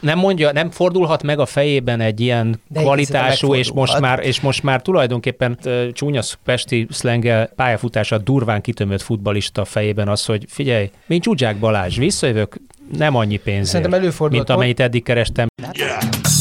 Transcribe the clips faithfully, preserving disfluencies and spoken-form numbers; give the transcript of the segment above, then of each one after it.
Nem mondja, nem fordulhat meg a fejében egy ilyen de kvalitású, és most, már, és most már tulajdonképpen uh, csúnya pesti szlenggel pályafutása durván kitömött futballista fejében az, hogy figyelj, mint Zsuzsák Balázs, visszajövök, nem annyi pénzért, mint amennyit eddig kerestem. Yeah.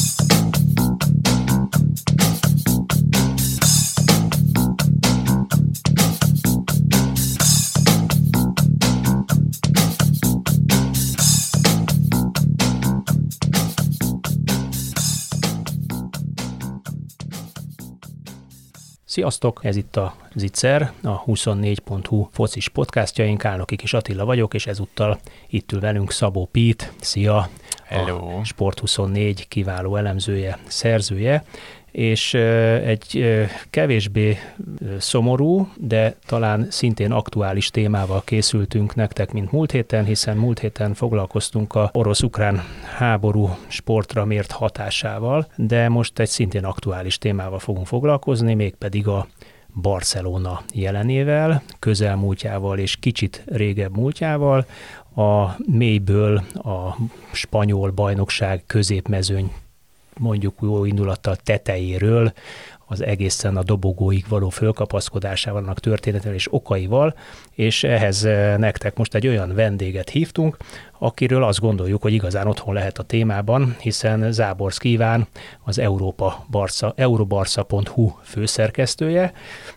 Sziasztok! Ez itt a Zicser, a huszonnégy pont hu focis podcastjaink. Álnoki Kis Attila vagyok, és ezúttal itt ül velünk Szabó Pít. Szia! Hello! A Sport huszonnégy kiváló elemzője, szerzője, és egy kevésbé szomorú, de talán szintén aktuális témával készültünk nektek, mint múlt héten, hiszen múlt héten foglalkoztunk a orosz-ukrán háború sportra mért hatásával, de most egy szintén aktuális témával fogunk foglalkozni, mégpedig a Barcelona jelenével, közelmúltjával és kicsit régebb múltjával, a mélyből a spanyol bajnokság középmezőny mondjuk jó indulattal tetejéről, az egészen a dobogóig való fölkapaszkodásával, annak történetével és okaival, és ehhez nektek most egy olyan vendéget hívtunk, akiről azt gondoljuk, hogy igazán otthon lehet a témában, hiszen Záborszky Iván az Európa Barca, eurobarca pont hu főszerkesztője,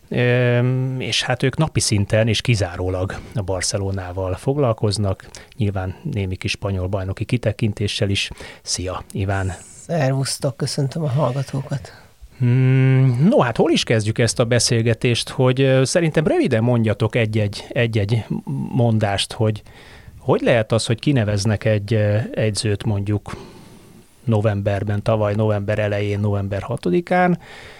és hát ők napi szinten és kizárólag a Barcelonával foglalkoznak, nyilván némi kis spanyol bajnoki kitekintéssel is. Szia, Iván! Szervusztok, köszöntöm a hallgatókat. Hmm, no, hát hol is kezdjük ezt a beszélgetést, hogy szerintem röviden mondjatok egy-egy, egy-egy mondást, hogy hogy lehet az, hogy kineveznek egy edzőt mondjuk novemberben, tavaly november elején, november hatodikán,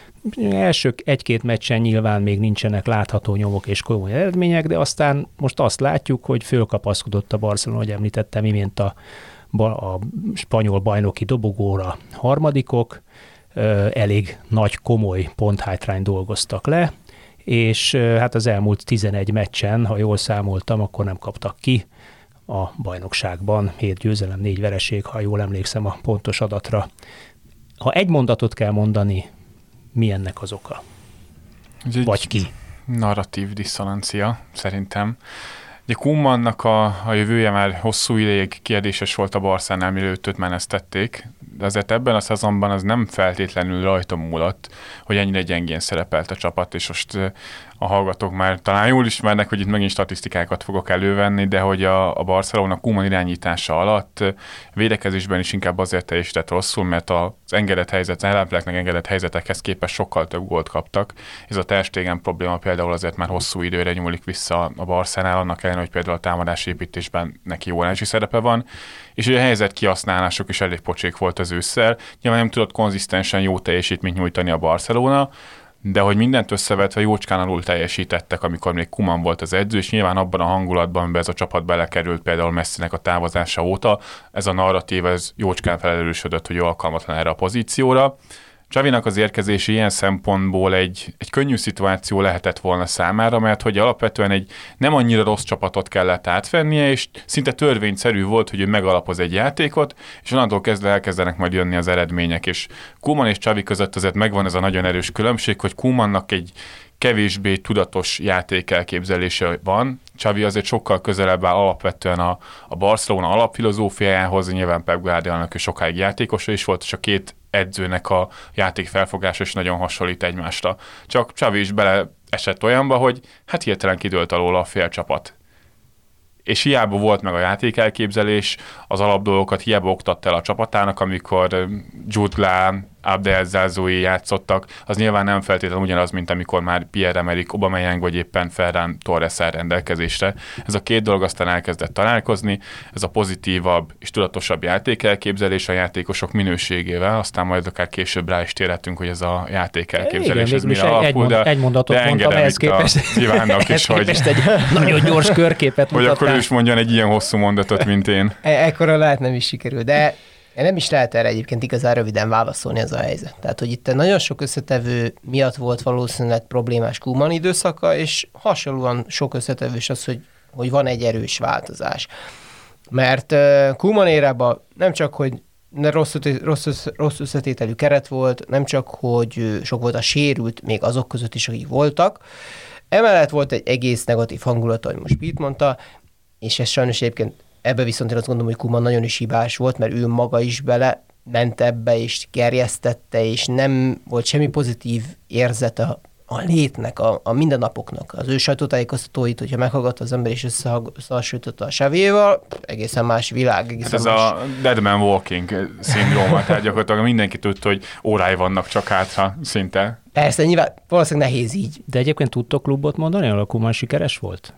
első egy-két meccsen nyilván még nincsenek látható nyomok és komoly eredmények, de aztán most azt látjuk, hogy fölkapaszkodott a Barcelona, hogy említettem imént a a spanyol bajnoki dobogóra harmadikok, elég nagy, komoly ponthátrány dolgoztak le, és hát az elmúlt tizenegy meccsen, ha jól számoltam, akkor nem kaptak ki a bajnokságban. hét győzelem, négy vereség, ha jól emlékszem a pontos adatra. Ha egy mondatot kell mondani, mi ennek az oka? Vagy ki? Narratív diszonancia, szerintem. Ugye Koemannak a, a jövője már hosszú ideig kérdéses volt a Barszánál, mielőtt őt menesztették, de azért ebben a szezonban az nem feltétlenül rajta múlott, hogy ennyire gyengén szerepelt a csapat, és most a hallgatók már talán jól ismernek, hogy itt megint statisztikákat fogok elővenni, de hogy a, a Barcelona Koeman irányítása alatt védekezésben is inkább azért teljesített rosszul, mert az engedett helyzet, az ellenfeleknek engedett helyzetekhez képest sokkal több gólt kaptak. Ez a Ter Stegen probléma például azért már hosszú időre nyúlik vissza a Barszánál, annak ellenére, hogy például a támadásépítésben neki jó ellensúlyi szerepe van, és ugye a helyzet kihasználások is elég pocsék volt az ősszel. Nyilván nem tudott konzisztensen jó teljesítményt nyújtani a Barcelona, de hogy mindent összevetve jócskán alul teljesítettek, amikor még Koeman volt az edző, és nyilván abban a hangulatban, amiben ez a csapat belekerült például Messinek a távozása óta, ez a narratív, ez jócskán felerősödött, hogy alkalmatlan erre a pozícióra. Xavinak az érkezése ilyen szempontból egy, egy könnyű szituáció lehetett volna számára, mert hogy alapvetően egy nem annyira rossz csapatot kellett átvennie, és szinte törvényszerű volt, hogy ő megalapoz egy játékot, és onnantól kezdve elkezdenek majd jönni az eredmények, és Koeman és Xavi között azért megvan ez a nagyon erős különbség, hogy Koemannak egy kevésbé tudatos játékelképzelése van. Xavi azért sokkal közelebb áll alapvetően a, a Barcelona alapfilozófiájához, nyilván Pep Guardiolanak ő sokáig játékosa is volt, és a két edzőnek a játék felfogása is nagyon hasonlít egymásra. Csak Xavi is bele esett olyanba, hogy hát hirtelen kidőlt alól a fél csapat. És hiába volt meg a játékelképzelés, az alapdolgokat hiába oktatta el a csapatának, amikor Jude Glán, Abdel Zazui játszottak, az nyilván nem feltétlenül ugyanaz, mint amikor már Pierre-Emerick Aubameyang vagy éppen Ferran Torres áll rendelkezésre. Ez a két dolog aztán elkezdett találkozni, ez a pozitívabb és tudatosabb játékelképzelés a játékosok minőségével, aztán majd akár később rá is térhetünk, hogy ez a játékelképzelés igen, ez mire egy, alapul, de, egy mondatot de mondtam, ehhez képest, Ivánnak is, hogy, egy nagyon gyors körképet hogy akkor ő is mondjon egy ilyen hosszú mondatot, mint én. E- ekkora lehet nem is sikerül, de nem is lehet erre egyébként igazán röviden válaszolni ez a helyzet. Tehát, hogy itt nagyon sok összetevő miatt volt valószínűleg problémás Koeman időszaka, és hasonlóan sok összetevő is az, hogy, hogy van egy erős változás. Mert uh, Koeman érában nem csak, hogy rossz, rossz, rossz összetételű keret volt, nem csak, hogy sok volt a sérült, még azok között is, akik voltak. Emellett volt egy egész negatív hangulata, ahogy most Pete mondta, és ez sajnos egyébként ebbe viszont én azt gondolom, hogy Koeman nagyon is hibás volt, mert ő maga is bele ment ebbe, és gerjesztette, és nem volt semmi pozitív érzete a, a létnek, a, a mindennapoknak. Az ő sajtótájékoztatóit, hogyha meghallgatta az ember, és összehasonlította a Savéval, egészen más világ. Egészen hát ez más... a dead man walking szindróma, tehát gyakorlatilag mindenki tudta, hogy órái vannak csak hátra szinte. Persze, nyilván valószínűleg nehéz így. De egyébként tudtok klubot mondani, ahol a Koeman sikeres volt?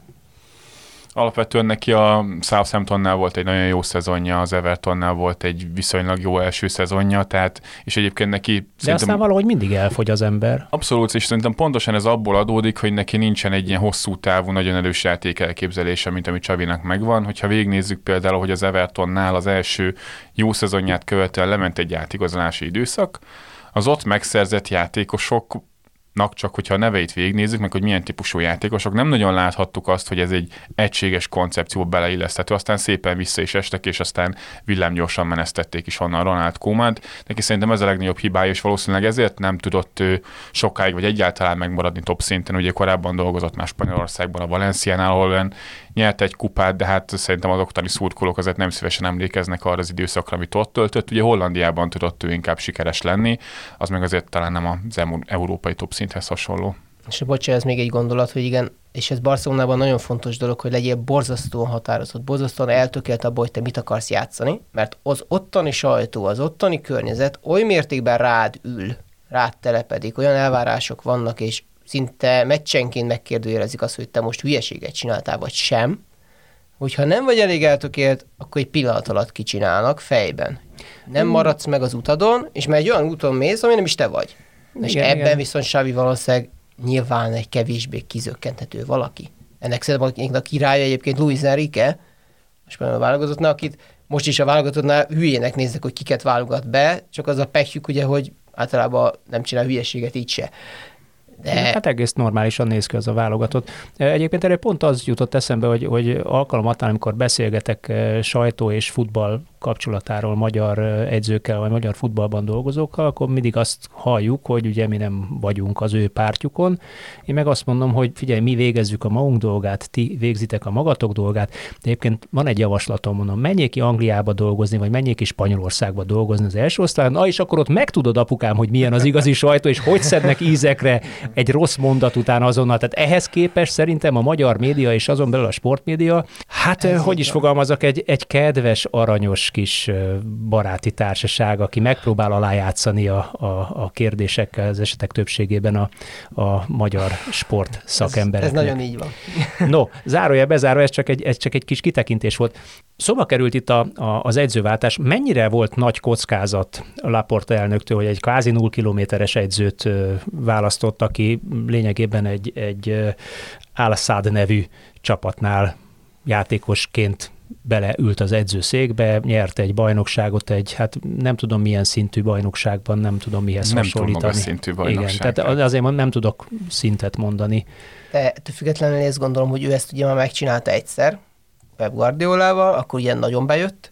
Alapvetően neki a Southamptonnál volt egy nagyon jó szezonja, az Evertonnál volt egy viszonylag jó első szezonja, tehát, és egyébként neki... De szerintem... aztán valahogy mindig elfogy az ember. Abszolút, és szerintem pontosan ez abból adódik, hogy neki nincsen egy ilyen hosszú távú, nagyon erős játék elképzelése, mint ami Xavinak megvan. Hogyha végignézzük például, hogy az Evertonnál az első jó szezonját követően lement egy átigazolási időszak, az ott megszerzett játékosok csak hogyha a neveit végignézzük, meg hogy milyen típusú játékosok, nem nagyon láthattuk azt, hogy ez egy egységes koncepció beleilleszthető, aztán szépen vissza is estek, és aztán villámgyorsan menesztették is onnan Ronald Koemant. Neki szerintem ez a legnagyobb hibája, és valószínűleg ezért nem tudott sokáig, vagy egyáltalán megmaradni top szinten. Ugye korábban dolgozott már Spanyolországban, a Valenciánál, ahol nyert egy kupát, de hát szerintem az ottani szurkolók azért nem szívesen emlékeznek arra az időszakra, amit ott töltött. Ugye Hollandiában tudott ő inkább sikeres lenni, az meg azért talán nem az európai top szinthez hasonló. És bocsánat, ez még egy gondolat, hogy igen, és ez Barcelonában nagyon fontos dolog, hogy legyél borzasztóan határozott, borzasztóan eltökélt abban, hogy te mit akarsz játszani, mert az ottani sajtó, az ottani környezet oly mértékben rád ül, rád telepedik, olyan elvárások vannak, és szinte meccsenként megkérdőjelezik azt, hogy te most hülyeséget csináltál, vagy sem, hogyha nem vagy elég eltökélt, akkor egy pillanat alatt kicsinálnak fejben. Nem maradsz meg az utadon, és már egy olyan úton mész, ami nem is te vagy. És igen, ebben igen. viszont Xavi valószínűleg nyilván egy kevésbé kizökkenthető valaki. Ennek szerintem a királya egyébként Luis Enrique, most már a válogatottnál, akit most is a válogatottnál hülyének néznek, hogy kiket válogat be, csak az a pekjük ugye, hogy általában nem csinál hülyeséget így se. De... Hát egész normálisan néz ki az a válogatott. Egyébként erre pont az jutott eszembe, hogy, hogy alkalmatlan, amikor beszélgetek sajtó és futball kapcsolatáról magyar edzőkkel, vagy magyar futballban dolgozókkal, akkor mindig azt halljuk, hogy ugye mi nem vagyunk az ő pártjukon. Én meg azt mondom, hogy figyelj, mi végezzük a magunk dolgát, ti végzitek a magatok dolgát, de egyébként van egy javaslatom, mondom, menjék ki Angliába dolgozni, vagy menjék ki Spanyolországba dolgozni az első osztályon, na és akkor ott megtudod, apukám, hogy milyen az igazi sajtó, és hogy szednek ízekre egy rossz mondat után azonnal. Tehát ehhez képest szerintem a magyar média és azon belül a sportmédia, hát ez hogy is fogalmazok, egy, egy kedves, aranyos kis baráti társaság, aki megpróbál alájátszani a, a, a kérdésekkel, az esetek többségében a, a magyar sport szakembereknek. Ez, ez nagyon így van. No, zárója, bezárva, ez csak egy, ez csak egy kis kitekintés volt. Szóba került itt a, a, az edzőváltás. Mennyire volt nagy kockázat a Laporta elnöktől, hogy egy kvázi null kilométeres edzőt választott, aki lényegében egy, egy Al-Sadd nevű csapatnál játékosként beleült az edzőszékbe, nyert egy bajnokságot, egy, hát nem tudom milyen szintű bajnokságban, nem tudom mihez nem hasonlítani. Nem tudom, szintű bajnokság. Igen, tehát azért nem tudok szintet mondani. De függetlenül ezt gondolom, hogy ő ezt ugye már megcsinálta egyszer, Pep Guardiolával, akkor ilyen nagyon bejött,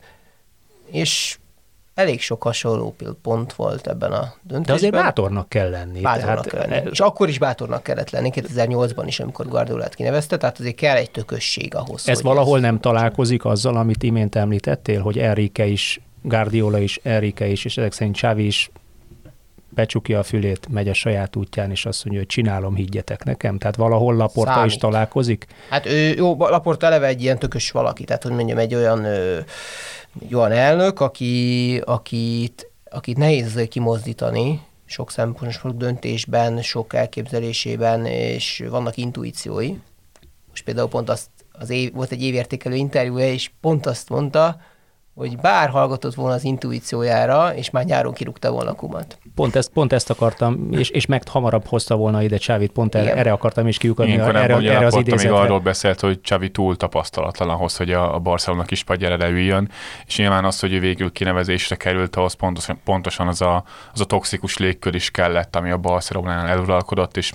és elég sok hasonló pont volt ebben a döntésben. De azért bátornak kell lenni. Bátornak tehát, kell lenni. És akkor is bátornak kellett lenni, kétezer-nyolcban is, amikor Guardiolát kinevezte, tehát azért kell egy tökösség ahhoz. Ez valahol nem találkozik azzal, amit imént említettél, hogy Enrique is, Guardiola is, Enrique is, és ezek szerint Xavi is becsukja a fülét, megy a saját útján, és azt mondja, hogy csinálom, higgyetek nekem. Tehát valahol Laporta Számít. is találkozik. Hát ő, jó, Laporta eleve egy ilyen tökös valaki, tehát hogy mondjam, egy olyan, ö, egy olyan elnök, aki, akit, akit nehéz kimozdítani, sok szempontból döntésben, sok elképzelésében, és vannak intuíciói. Most például pont azt, az év, volt egy évértékelő interjúja, és pont azt mondta, hogy bár hallgatott volna az intuíciójára, és már nyáron kirúgta volna Koemant. Pont ezt, pont ezt akartam, és, és meg hamarabb hozta volna ide Xavit, pont erre, erre akartam is kiukadni, erre, erre az idézetre. Még arról beszélt, hogy Xavi túl tapasztalatlan ahhoz, hogy a, a Barcelona kispadjára leüljön, és nyilván az, hogy ő végül kinevezésre került, ahhoz pontosan, pontosan az, a, az a toxikus légkör is kellett, ami a Barcelonánál eluralkodott, és mint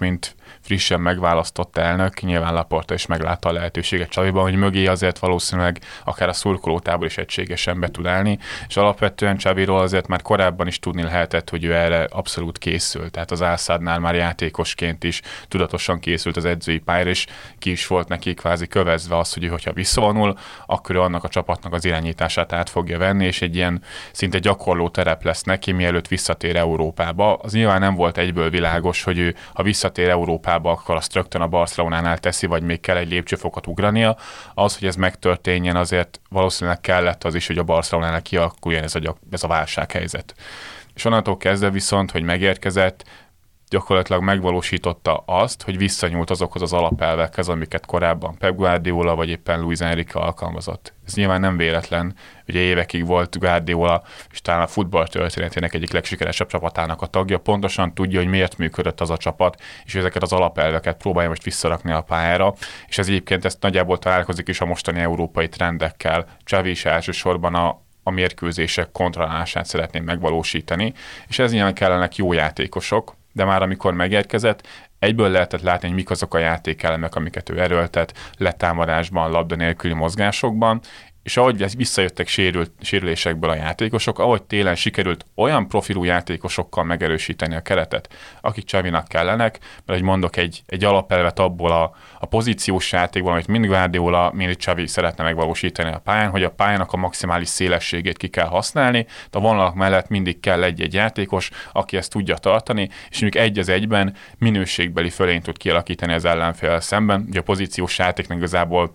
frissen megválasztott elnök, nyilván Laporta is meglátta a lehetőséget Xaviban, hogy mögé azért valószínűleg akár a szurkolótábor is egységesen be tud állni, és alapvetően Xaviról azért már korábban is tudni lehetett, hogy ő erre abszolút készült. Tehát az Al-Saddnál már játékosként is tudatosan készült az edzői pályára, és ki is volt neki kvázi kövezve az, hogy ő, hogyha visszavonul, akkor ő annak a csapatnak az irányítását át fogja venni, és egy ilyen szinte gyakorló terep lesz neki, mielőtt visszatér Európába. Az nyilván nem volt egyből világos, hogy ő, ha visszatér Európába, akkor azt rögtön a Barcelonánál teszi, vagy még kell egy lépcsőfokot ugrania. Az, hogy ez megtörténjen, azért valószínűleg kellett az is, hogy a Barcelonánál kialakuljon ez a, ez a válsághelyzet. És onnantól kezdve viszont, hogy megérkezett, gyakorlatilag megvalósította azt, hogy visszanyúlt azokhoz az alapelvekhez, amiket korábban Pep Guardiola vagy éppen Luis Enrique alkalmazott. Ez nyilván nem véletlen, ugye évekig volt Guardiola, és talán a futball történetének egyik legsikeresebb csapatának a tagja, pontosan tudja, hogy miért működött az a csapat, és ezeket az alapelveket próbálja most visszarakni a pályára, és ez egyébként ezt nagyjából találkozik is a mostani európai trendekkel. Xavi is elsősorban a a mérkőzések kontrollálását szeretném megvalósítani, és ez nyilván kellenek jó játékosok, de már amikor megérkezett, egyből lehetett látni, hogy mik azok a játékelemek, amiket ő erőltet, letámadásban, labda nélküli mozgásokban, és ahogy visszajöttek sérült, sérülésekből a játékosok, ahogy télen sikerült olyan profilú játékosokkal megerősíteni a keretet, akik Xavinak kellenek, mert hogy mondok egy, egy alapelvet abból a, a pozíciós játékból, amit mind Guardiola, mind Xavi szeretne megvalósítani a pályán, hogy a pályának a maximális szélességét ki kell használni, de a vonalak mellett mindig kell egy-egy játékos, aki ezt tudja tartani, és mondjuk egy az egyben minőségbeli fölényt tud kialakítani az ellenféllel szemben. Ugye a pozíciós játéknak igazából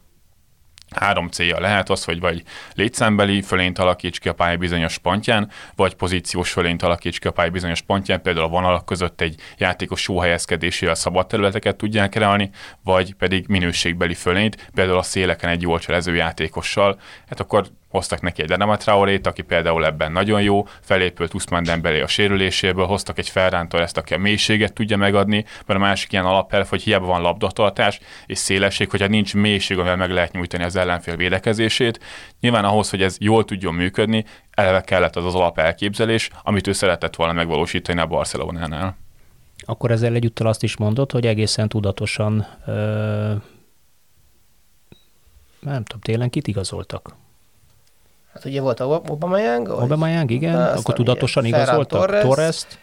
három célja lehet az, hogy vagy létszámbeli fölényt alakíts ki a pálya bizonyos pontján, vagy pozíciós fölényt alakíts ki a pálya bizonyos pontján, például a vonalak között egy játékos jó helyezkedésével szabad területeket tudják kreálni, vagy pedig minőségbeli fölényt, például a széleken egy jól cselező játékossal. Hát akkor hoztak neki egy Adama Traorét, aki például ebben nagyon jó, felépült Ousmane Dembélé a sérüléséből, hoztak egy Ferran Torrest, aki a mélységet tudja megadni, mert a másik ilyen alapelv, hogy hiába van labdatartás és szélesség, hogyha nincs mélység, amivel meg lehet nyújtani az ellenfél védekezését. Nyilván ahhoz, hogy ez jól tudjon működni, eleve kellett az az alapelképzelés, amit ő szeretett volna megvalósítani a Barcelonánál. Akkor ezzel egyúttal azt is mondod, hogy egészen tudatosan ö... nem tudom, télen kit igazoltak? Hát ugye volt a Aubameyang. Aubameyang, igen. Akkor tudatosan igazoltak? Torres, Torrest.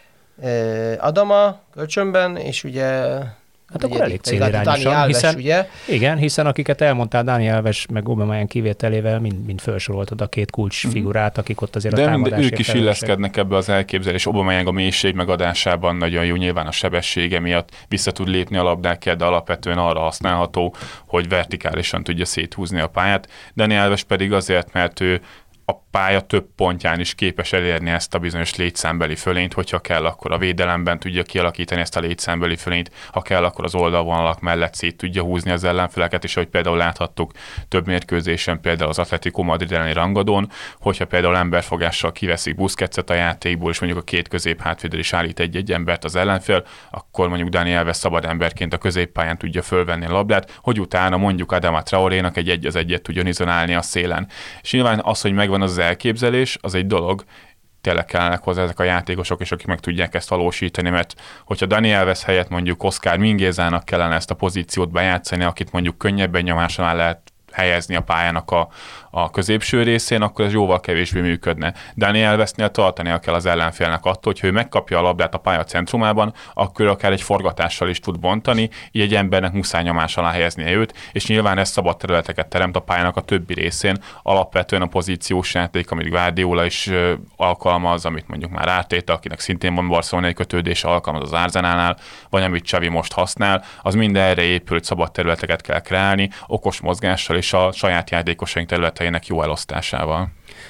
Adama kölcsönben, és ugye... Hát akkor elég célirányosan, hiszen, ugye? Igen, hiszen akiket elmondtál, Dani Alves meg Aubameyang kivételével mind, mind felsoroltad a két kulcs figurát, akik ott azért de a támadásért ők is illeszkednek ebbe az elképzelés. Aubameyang a mélység megadásában nagyon jó, nyilván a sebessége miatt vissza tud lépni a labdákért, de alapvetően arra használható, hogy vertikálisan tudja széthúzni a pályát. Dani Alves pedig azért, mert ő a pálya több pontján is képes elérni ezt a bizonyos létszámbeli fölényt, hogyha kell, akkor a védelemben tudja kialakítani ezt a létszámbeli fölényt, ha kell, akkor az oldalvonalak mellett szét tudja húzni az ellenfeleket, és ahogy például láthattuk több mérkőzésen, például az Atletico Madrid elleni rangadón, hogyha például emberfogással kiveszik Busquetset a játékból, és mondjuk a két közép hátvédel is állít egy-egy embert az ellenfél, akkor mondjuk Dani Alves szabad emberként a középpályán tudja fölvenni a labdát, hogy utána mondjuk Adama Traorénak egy egy az egyet tudjon izonálni a szélen. És nyilván az, hogy megvan az elképzelés, az egy dolog, tényleg kellenek hozzá ezek a játékosok, és akik meg tudják ezt valósítani, mert hogyha Dani Alves helyett mondjuk Oscar Minguezának kellene ezt a pozíciót bejátszani, akit mondjuk könnyebben nyomáson áll lehet helyezni a pályának a, a középső részén, akkor ez jóval kevésbé működne. Dani Alvesnél tartania kell az ellenfélnek attól, hogy ő megkapja a labdát a pálya centrumában, akkor akár egy forgatással is tud bontani, így egy embernek muszáj nyomás alá helyeznie őt, és nyilván ez szabad területeket teremt a pályának a többi részén. Alapvetően a pozíciós játék, amit Guardiola is alkalmaz, amit mondjuk már Arteta, akinek szintén van barcelonai kötődése, alkalmaz az Arsenalnál, vagy amit Xavi most használ, az mind erre épült, szabad területeket kell kreálni, okos mozgással és a saját játékosaink területeinek jó elosztásával.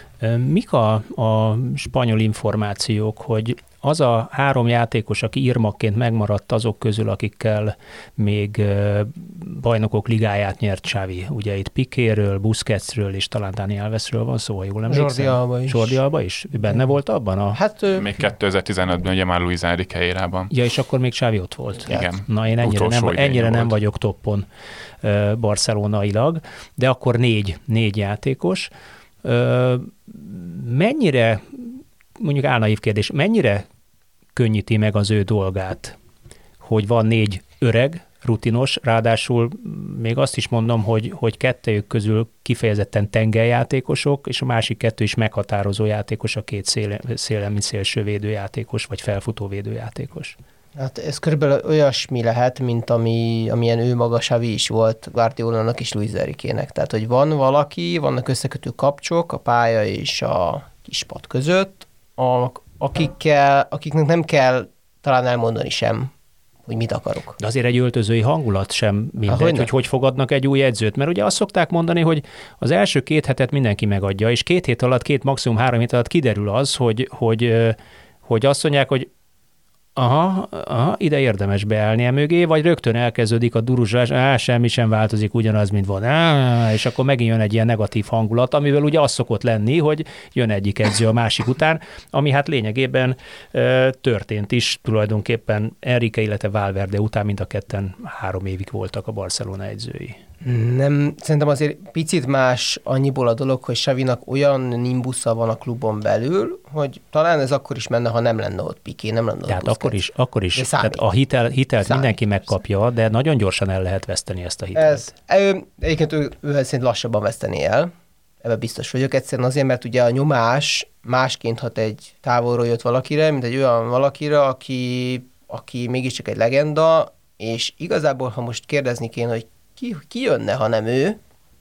Mik a, a spanyol információk, hogy az a három játékos, aki írmakként megmaradt azok közül, akikkel még bajnokok ligáját nyert Xavi. Ugye itt Piquéről, Busquetsről és talán Dani Alvesről van szó, jól emlékszem? Jordi Alba is. Jordi Alba is? Benne volt abban? A... Hát, ő... Még kétezer-tizenötben ugye már Luis Enrique érában. Ja, és akkor még Xavi ott volt. Igen. Na, én ennyire, nem, ennyire nem vagyok toppon uh, barcelonailag, de akkor négy, négy játékos. Uh, mennyire, mondjuk álnaív kérdés, mennyire könnyíti meg az ő dolgát, hogy van négy öreg, rutinos, ráadásul még azt is mondom, hogy, hogy kettejük közül kifejezetten tengelyjátékosok, és a másik kettő is meghatározó játékos, a két szélemi szélső védőjátékos, vagy felfutó védőjátékos. Hát ez körülbelül olyasmi lehet, mint ami, amilyen ő maga Xavi is volt Guardiolának és Luis Enriquének. Tehát, hogy van valaki, vannak összekötő kapcsok a pálya és a kispad között, a, akikkel, akiknek nem kell talán elmondani sem, hogy mit akarok. De azért egy öltözői hangulat sem mindegy, Ahogy hogy hogy fogadnak egy új edzőt, mert ugye azt szokták mondani, hogy az első két hetet mindenki megadja, és két hét alatt, két maximum három hét alatt kiderül az, hogy, hogy, hogy azt mondják, hogy aha, aha, ide érdemes beállnia mögé, vagy rögtön elkezdődik a duruzsás, á, semmi sem változik, ugyanaz, mint van, á, és akkor megint jön egy ilyen negatív hangulat, amivel ugye az szokott lenni, hogy jön egyik edző a másik után, ami hát lényegében e, történt is tulajdonképpen Enrique, illetve Valverde után, mind a ketten három évig voltak a Barcelona edzői. Nem, szerintem azért picit más annyiból a dolog, hogy Xavinak olyan nimbusza van a klubon belül, hogy talán ez akkor is menne, ha nem lenne ott Piqué, nem lenne ott Tehát akkor is, akkor is. Tehát a hitel, hitelt számít, mindenki megkapja, de nagyon gyorsan el lehet veszteni ezt a hitelt. Ez, ő, egyébként ő, ő szerint lassabban veszteni el, ebben biztos vagyok. Egyszerűen azért, mert ugye a nyomás másként hat egy távolról jött valakire, mint egy olyan valakire, aki, aki mégiscsak egy legenda, és igazából, ha most kérdezni kéne, hogy Ki, ki jönne, ha nem ő,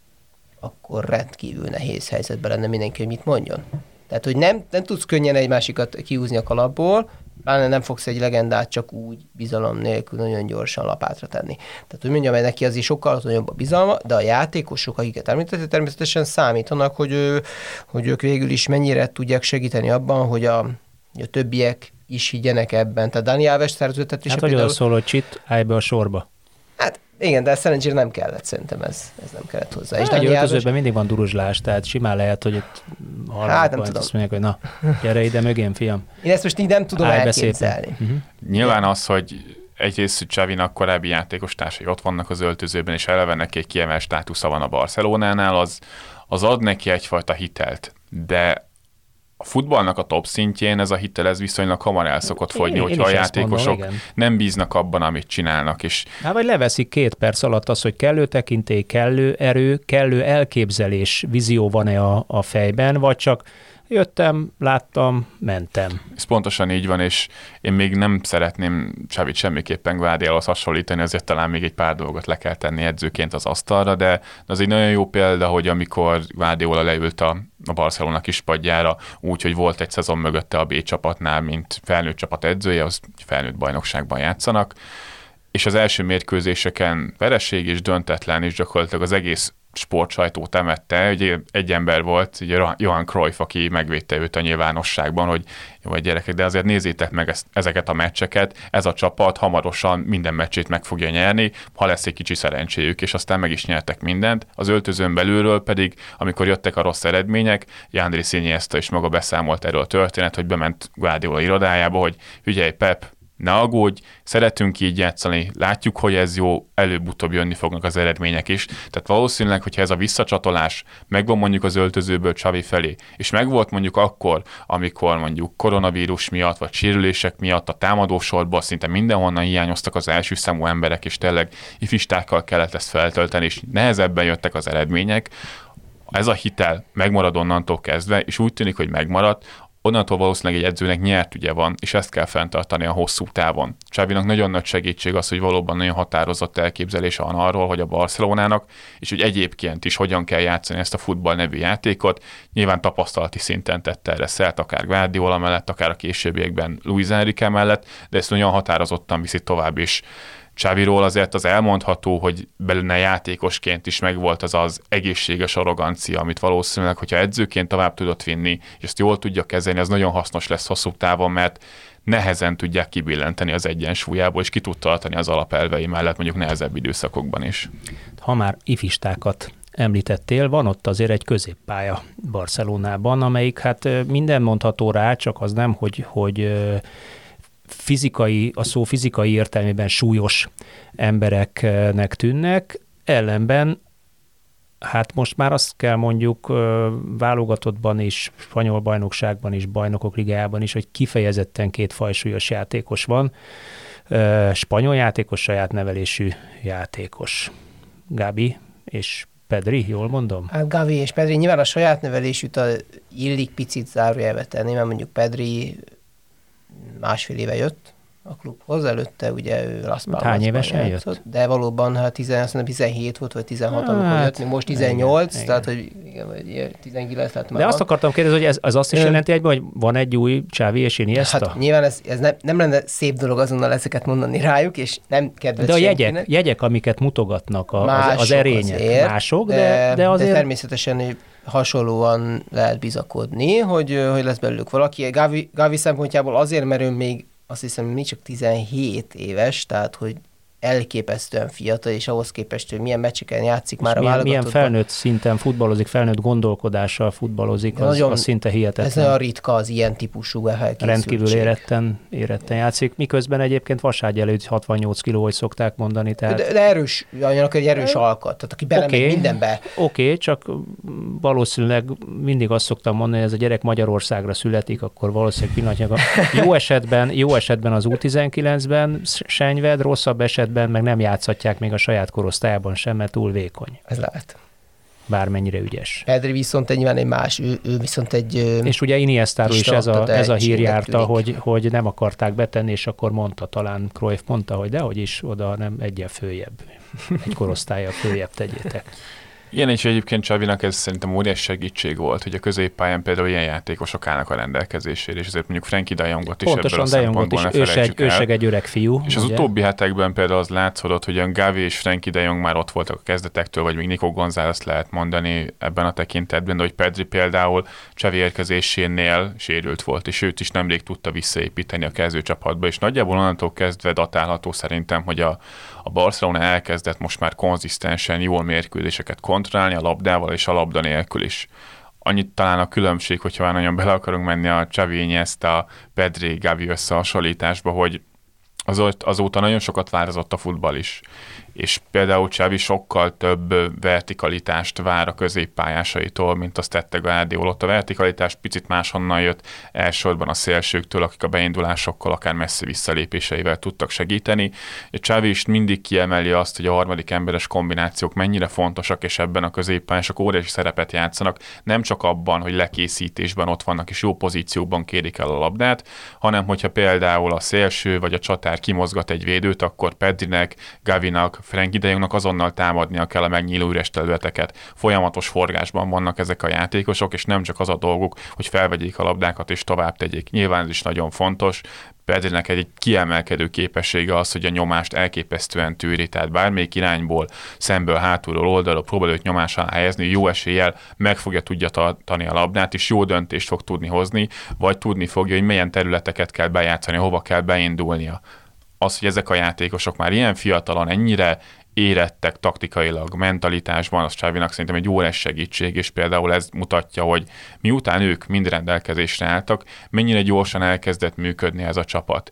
akkor rendkívül nehéz helyzetben lenne mindenki, hogy mit mondjon. Tehát, hogy nem, nem tudsz könnyen egy másikat kihúzni a kalapból, pláne nem fogsz egy legendát csak úgy bizalom nélkül nagyon gyorsan lapátra tenni. Tehát, hogy mondjam, hogy neki azért sokkal nagyobb a bizalma, de a játékosok, akiket említett, természetesen számítanak, hogy, ő, hogy ők végül is mennyire tudják segíteni abban, hogy a, hogy a többiek is higgyenek ebben. Tehát Dani Alves szerződtetése Hát, hogy például... szól, hogy csit, állj be a sorba. Hát igen, de szerencsére nem kellett, szerintem ez, ez nem kellett hozzá. Hát, és egy öltözőben Alves... mindig van duruzslás, tehát simán lehet, hogy itt hát nem tudom. Azt mondják, hogy na, gyere ide mögém, fiam. Én ezt most így nem tudom állj elképzelni. Uh-huh. Nyilván az, hogy egyrészt Xavinak korábbi játékos társai ott vannak az öltözőben, és eleve neki egy kiemelt státusza van a Barcelonánál, az, az ad neki egyfajta hitelt. De a futballnak a top szintjén ez a hitel ez viszonylag hamar el szokott fogyni, hogyha a játékosok mondom, nem bíznak abban, amit csinálnak. És... Hát vagy leveszik két perc alatt az, hogy kellő tekintély, kellő erő, kellő elképzelés, vízió van-e a, a fejben, vagy csak jöttem, láttam, mentem. Ez pontosan így van, és én még nem szeretném Xavit semmiképpen Guardiolahoz hasonlítani, azért talán még egy pár dolgot le kell tenni edzőként az asztalra, de az egy nagyon jó példa, hogy amikor Guardiola leült a, a Barcelona kispadjára, úgy, hogy volt egy szezon mögötte a B csapatnál, mint felnőtt csapat edzője, az felnőtt bajnokságban játszanak, és az első mérkőzéseken vereség és döntetlen, és gyakorlatilag az egész sportsajtó temette, ugye egy ember volt, ugye Johan Cruyff, aki megvédte őt a nyilvánosságban, hogy jó, gyerekek, de azért nézzétek meg ezt, ezeket a meccseket, ez a csapat hamarosan minden meccsét meg fogja nyerni, ha lesz egy kicsi szerencséjük, és aztán meg is nyertek mindent. Az öltözőn belülről pedig, amikor jöttek a rossz eredmények, Andrés Iniesta is maga beszámolt erről a történet, hogy bement Guardiola irodájába, hogy figyelj Pep, ne aggódj, szeretünk így játszani, látjuk, hogy ez jó, előbb-utóbb jönni fognak az eredmények is. Tehát valószínűleg, hogyha ez a visszacsatolás megvan mondjuk az öltözőből Xavi felé, és megvolt mondjuk akkor, amikor mondjuk koronavírus miatt, vagy sérülések miatt a támadósorból szinte mindenhonnan hiányoztak az első számú emberek, és tényleg ifistákkal kellett ezt feltölteni, és nehezebben jöttek az eredmények, ez a hitel megmarad onnantól kezdve, és úgy tűnik, hogy megmaradt, onnantól valószínűleg egy edzőnek nyert ügye van, és ezt kell fenntartani a hosszú távon. Xavinak nagyon nagy segítség az, hogy valóban nagyon határozott elképzelése van arról, hogy a Barcelonának, és hogy egyébként is hogyan kell játszani ezt a futball nevű játékot. Nyilván tapasztalati szinten tette erre szert, akár Guardiola mellett, akár a későbbiekben Luis Enrique mellett, de ezt nagyon határozottan viszi tovább is. Xaviról azért az elmondható, hogy belőle játékosként is megvolt az az egészséges arrogancia, amit valószínűleg, hogyha edzőként tovább tudott vinni, és ezt jól tudja kezelni, az nagyon hasznos lesz hosszú távon, mert nehezen tudják kibillenteni az egyensúlyából, és ki tud tartani az alapelvei mellett mondjuk nehezebb időszakokban is. Ha már ifistákat említettél, van ott azért egy középpálya Barcelonában, amelyik hát minden mondható rá, csak az nem, hogy, hogy fizikai, a szó fizikai értelmében súlyos embereknek tűnnek, ellenben hát most már azt kell mondjuk válogatottban is, spanyol bajnokságban is, bajnokok ligájában is, hogy kifejezetten két fajsúlyos játékos van. Spanyol játékos, saját nevelésű játékos. Gavi és Pedri, jól mondom? Hát Gavi és Pedri, nyilván a saját nevelésűt a illik picit zárójelbe tenni, mert mondjuk Pedri másfél éve jött a klubhoz, előtte ugye ő Las Palmasban Hány évesen játszott, jött? De valóban hát tizenhét volt, vagy tizenhat, hát, amikor jött, még most tizennyolc, igen, tehát hogy igen, tizenkilenc lett már. De azt akartam kérdezni, hogy ez, ez azt is jelenti egyben, hogy van egy új Xavi és Iniesta? Hát nyilván ez, ez nem, nem lenne szép dolog azonnal ezeket mondani rájuk, és nem kedves De a senkinek. jegyek, jegyek, amiket mutogatnak, a, mások az, az erények azért, mások, de, de azért... De természetesen hasonlóan lehet bizakodni, hogy, hogy lesz belőlük valaki. Gavi, Gavi szempontjából azért, mert ő még azt hiszem, még csak tizenhét éves, tehát hogy elképesztően fiatal, és ahhoz képest, hogy milyen meccseken játszik és már a milyen, válogatottban. milyen felnőtt szinten futballozik, felnőtt gondolkodással futballozik, az, nagyon, az szinte hihetetlen. Ez nagyon ritka az ilyen típusú felkészültség. Rendkívül éretten, éretten játszik, miközben egyébként vaságy előtt hatvannyolc kiló, hogy szokták mondani. Tehát... De, de erős, annak egy erős alkat, tehát aki belemegy okay, mindenbe. Oké, okay, csak valószínűleg mindig azt szoktam mondani, hogy ez a gyerek Magyarországra születik, akkor valószínűleg pillanatnyilag jó esetben, jó esetben az U tizenkilencben senyved, rosszabb esetben meg nem játszhatják még a saját korosztályában sem, mert túl vékony. Ez lehet. Bármennyire ügyes. Pedri viszont egy nyilván egy más, ő, ő viszont egy... És ugye Iniestáról is ez a, ez a hír járta, hogy, hogy nem akarták betenni, és akkor mondta, talán Cruyff mondta, hogy dehogy is oda, nem egyen följebb. Egy korosztálya följebb tegyétek. Igen, és egyébként Xavinak ez szerintem óriás segítség volt, hogy a középpályán például ilyen játékosok állnak a rendelkezésére, és ezért mondjuk Frenkie de Jongot is pontosan, ebből a szempontból ne felejtsük el. Ő se egy öreg fiú. És ugye? Az utóbbi hetekben például az látszódott, hogy a Gavi és Frenkie de Jong már ott voltak a kezdetektől, vagy még Nico González lehet mondani ebben a tekintetben, de hogy Pedri például Xavi érkezésénél sérült volt, és őt is nemrég tudta visszaépíteni a kezdőcsapatba, és nagyjából onnantól kezdve datálható szerintem, hogy a, a Barcelona elkezdett most már konzisztensen jól mérkőzéseket kontrollálni a labdával és a labda nélkül is. Annyit talán a különbség, hogyha már nagyon bele akarunk menni a Xavi, Iniesta, Pedri, Gavi összehasonlításba, hogy azóta nagyon sokat változott a futball is. És például Xavi sokkal több vertikalitást vár a középpályásaitól, mint azt tette Guardiola. Ott a vertikalitás picit máshonnan jött, elsősorban a szélsőktől, akik a beindulásokkal, akár messzi visszalépéseivel tudtak segíteni. És Xavi is mindig kiemeli azt, hogy a harmadik emberes kombinációk mennyire fontosak, és ebben a középpályások óriási szerepet játszanak, nem csak abban, hogy lekészítésben ott vannak, és jó pozíciókban kérik el a labdát, hanem hogyha például a szélső vagy a csatár kimozgat egy védőt, akkor Pedrinek, Gavinak, Frenkie de Jongnak azonnal támadnia kell a megnyíló üres területeket. Folyamatos forgásban vannak ezek a játékosok, és nem csak az a dolguk, hogy felvegyék a labdákat és tovább tegyék. Nyilván ez is nagyon fontos. Pedrinek egy kiemelkedő képessége az, hogy a nyomást elképesztően tűri, tehát bármelyik irányból, szemből, hátulról, oldalról próbál őt nyomás alá helyezni, jó eséllyel meg fogja tudja tartani a labdát, és jó döntést fog tudni hozni, vagy tudni fogja, hogy milyen területeket kell bejátszani, hova kell beindulnia. Az, hogy ezek a játékosok már ilyen fiatalon, ennyire érettek taktikailag, mentalitásban, az Xavinak szerintem egy óriás segítség, és például ez mutatja, hogy miután ők mind rendelkezésre álltak, mennyire gyorsan elkezdett működni ez a csapat.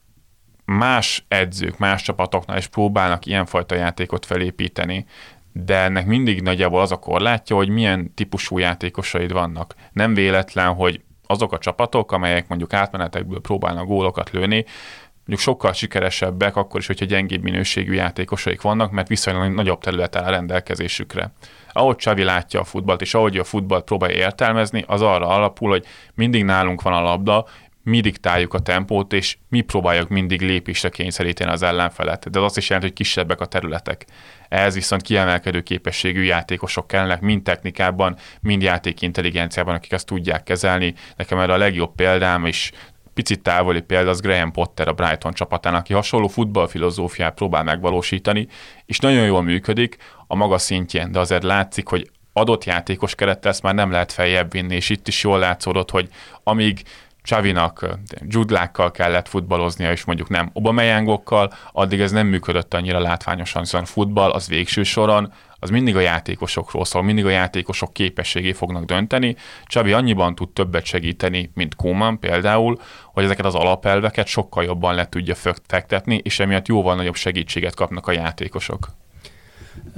Más edzők, más csapatoknál is próbálnak ilyenfajta játékot felépíteni, de ennek mindig nagyjából az a korlátja, hogy milyen típusú játékosaid vannak. Nem véletlen, hogy azok a csapatok, amelyek mondjuk átmenetekből próbálnak gólokat lőni, mondjuk sokkal sikeresebbek, akkor is, hogyha gyengébb minőségű játékosaik vannak, mert viszonylag nagyobb terület áll a rendelkezésükre. Ahogy Xavi látja a futballt, és ahogy a futballt próbálja értelmezni, az arra alapul, hogy mindig nálunk van a labda, mi diktáljuk a tempót, és mi próbáljuk mindig lépésre kényszeríteni az ellenfelet. De az azt is jelenti, hogy kisebbek a területek. Ehhez viszont kiemelkedő képességű játékosok kellenek, mind technikában, mind játékintelligenciában, akik ezt tudják kezelni. Nekem erre a legjobb példám is, picit távoli példa az Graham Potter a Brighton csapatán, aki hasonló futballfilozófiát próbál megvalósítani, és nagyon jól működik a maga szintjén, de azért látszik, hogy adott játékos kerettel ezt már nem lehet feljebb vinni, és itt is jól látszódott, hogy amíg Xavinak Jude-lákkal kellett futballoznia, és mondjuk nem Aubameyangokkal, addig ez nem működött annyira látványosan, szóval a futball az végső soron, az mindig a játékosokról szól, mindig a játékosok képességé fognak dönteni. Xavi annyiban tud többet segíteni, mint Koeman például, hogy ezeket az alapelveket sokkal jobban le tudja fektetni, és emiatt jóval nagyobb segítséget kapnak a játékosok.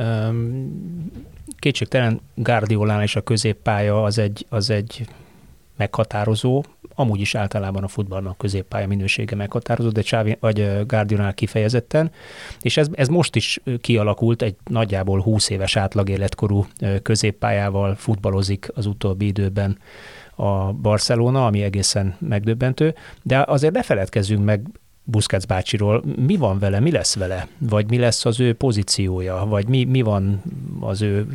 Kétségtelen Guardiolánál is a középpálya az egy, az egy meghatározó, amúgy is általában a futballnak középpálya minősége meghatározó, de Xavi vagy Guardiolánál kifejezetten, és ez, ez most is kialakult, egy nagyjából húsz éves átlagéletkorú középpályával futballozik az utóbbi időben a Barcelona, ami egészen megdöbbentő, de azért ne feledkezzünk meg Busquets bácsiról, mi van vele, mi lesz vele, vagy mi lesz az ő pozíciója, vagy mi, mi van az ő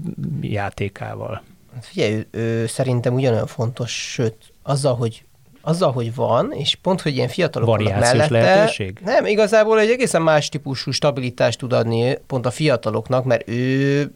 játékával? Figyelj, ő, ő szerintem ugyanolyan fontos, sőt, azzal, hogy azzal, hogy van, és pont, hogy ilyen fiatalok vannak mellette, lehetőség? Nem, igazából egy egészen más típusú stabilitást tud adni pont a fiataloknak, mert ő,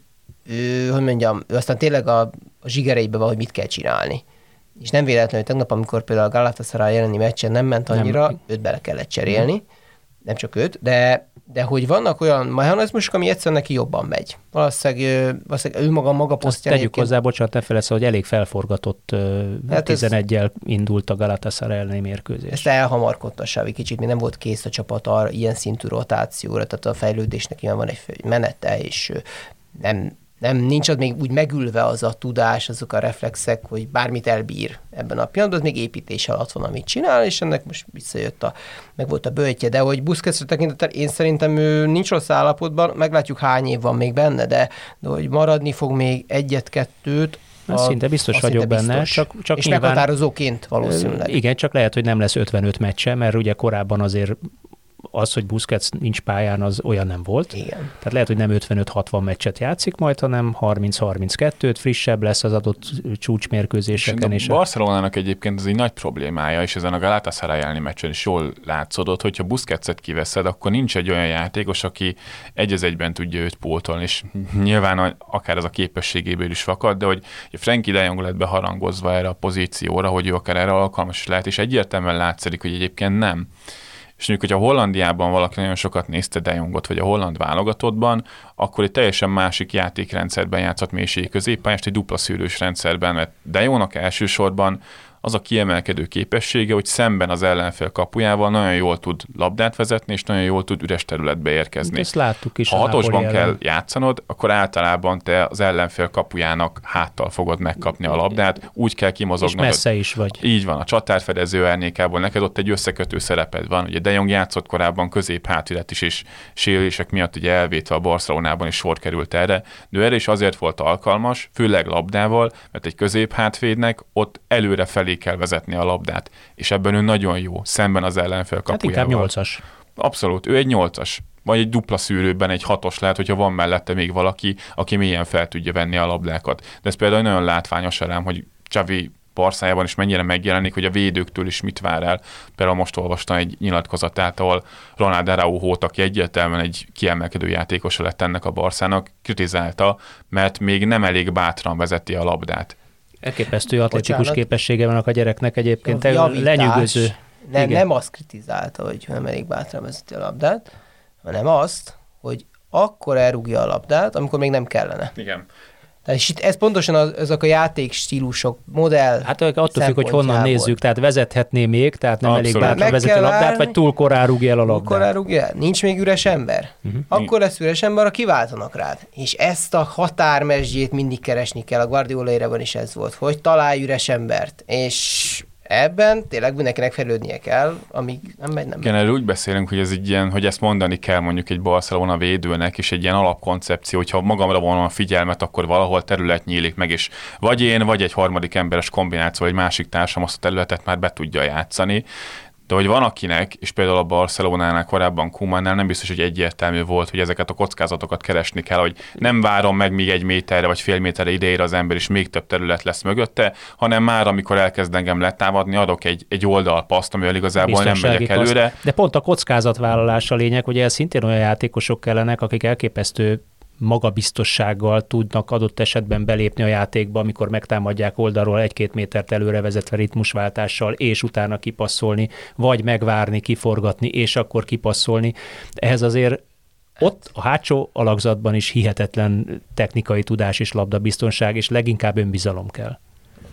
ő hogy mondjam, ő aztán tényleg a, a zsigereibe van, hogy mit kell csinálni. És nem véletlenül tegnap, amikor például a Galatasaray elleni meccsen nem ment annyira, nem. őt bele kellett cserélni, nem, nem csak őt, de, de hogy vannak olyan mechanizmusok, ami egyszerűen neki jobban megy. Valószínűleg, valószínűleg ő maga maga posztján. Tegyük hozzá, bocsánat, ne felejtsd, hogy elég felforgatott hát tizeneggyel ez, indult a Galatasaray elleni mérkőzés. Ezt elhamarkodta Xavi kicsit, még nem volt kész a csapat arra, ilyen szintű rotációra, tehát a fejlődésnek nyilván van egy menete, és nem Nem, nincs ott még úgy megülve az a tudás, azok a reflexek, hogy bármit elbír ebben a pillanatban, még építés alatt van, amit csinál, és ennek most visszajött a, meg volt a böjtje, de hogy Busquetsre tekintettel én szerintem ő nincs rossz állapotban, meglátjuk hány év van még benne, de, de hogy maradni fog még egyet-kettőt, A, szinte biztos vagyok szinte benne. biztos. Csak, csak és nyilván, meghatározóként valószínűleg. Igen, csak lehet, hogy nem lesz ötvenöt meccse, mert ugye korábban azért az, hogy Busquets nincs pályán, az olyan nem volt. Igen. Tehát lehet, hogy nem ötvenöt-hatvan meccset játszik majd, hanem harminc-harminckettőt, frissebb lesz az adott csúcsmérkőzéseken. És a Barcelonának egyébként ez egy nagy problémája, és ezen a Galatasaray elleni meccsen is jól látszódott, hogyha Busquetset kiveszed, akkor nincs egy olyan játékos, aki egy az egyben tudja őt pótolni, és nyilván akár ez a képességéből is fakad, de hogy Frenkie de Jong lett beharangozva erre a pozícióra, hogy ő akár erre alkalmas lehet, és egyértelműen látszik, hogy egyébként nem. És mondjuk, hogyha Hollandiában valaki nagyon sokat nézte De Jongot, vagy a holland válogatottban, akkor egy teljesen másik játékrendszerben játszott mélységi középpályást, egy dupla szűrős rendszerben, mert De Jongnak elsősorban az a kiemelkedő képessége, hogy szemben az ellenfél kapujával nagyon jól tud labdát vezetni, és nagyon jól tud üres területbe érkezni. Ezt láttuk is. Ha hatosban kell játszanod, akkor általában te az ellenfél kapujának háttal fogod megkapni a labdát, úgy kell kimozognod. És messze is vagy. Így van, a csatárfedező árnyékából neked ott egy összekötő szereped van. Ugye De Jong játszott korábban közép-hátilet is, és sérülések miatt ugye elvétve a Barcelonában is sor került erre, de erre is azért volt alkalmas, főleg labdával, mert egy közép-hátvédnek ott előre felé kell vezetni a labdát, és ebben ő nagyon jó, szemben az ellenfél kapujával. Hát inkább nyolcas. Abszolút, ő egy nyolcas, vagy egy dupla szűrőben egy hatos lehet, hogyha van mellette még valaki, aki mélyen fel tudja venni a labdákat. De ez például nagyon látványos elem, hogy Xavi Barszájában is mennyire megjelenik, hogy a védőktől is mit vár el. Például most olvastam egy nyilatkozatát, ahol Ronald Araujót, aki egyértelműen egy kiemelkedő játékosa lett ennek a Barszának, kritizálta, mert még nem elég bátran vezeti a labdát. Elképesztő atletikus Bocsánat. képessége vannak a gyereknek egyébként, javítás, lenyűgöző. Nem, nem azt kritizálta, hogy nem elég bátran vezeti a labdát, hanem azt, hogy akkor elrúgja a labdát, amikor még nem kellene. Igen. Tehát és itt ez pontosan az, azok a játékstílusok, modell. Hát attól függ, hogy honnan nézzük, tehát vezethetné még, tehát nem Abszolút. elég bátran vezeti a labdát, vagy túl korán rúgja el a labdát. Túl korán rúgja el. Nincs még üres ember. Uh-huh. Akkor lesz üres ember, ha kiváltanak rád. És ezt a határmesdjét mindig keresni kell. A Guardiola-érában is ez volt, hogy találj üres embert. És ebben tényleg mindenkinek fejlődnie kell, amíg nem megy, nem megy. Igen, erről úgy beszélünk, hogy ez egy ilyen, hogy ezt mondani kell mondjuk egy Barcelona védőnek, és egy ilyen alapkoncepció, hogyha magamra vonom a figyelmet, akkor valahol terület nyílik meg, és vagy én, vagy egy harmadik emberes kombináció, vagy másik társam azt a területet már be tudja játszani. De hogy van akinek, és például a Barcelonánál korábban Koemannál nem biztos, hogy egyértelmű volt, hogy ezeket a kockázatokat keresni kell, hogy nem várom meg, míg egy méterre vagy fél méterre ideér az ember, és még több terület lesz mögötte, hanem már amikor elkezd engem letámadni, adok egy, egy oldalpaszt, amivel igazából nem megyek előre. Paszt. De pont a kockázatvállalás a lényeg, hogy ez szintén olyan játékosok kellenek, akik elképesztő magabiztossággal tudnak adott esetben belépni a játékba, amikor megtámadják oldalról egy-két métert előre vezetve ritmusváltással, és utána kipasszolni, vagy megvárni, kiforgatni, és akkor kipasszolni. Ehhez azért ott a hátsó alakzatban is hihetetlen technikai tudás és labdabiztonság, és leginkább önbizalom kell.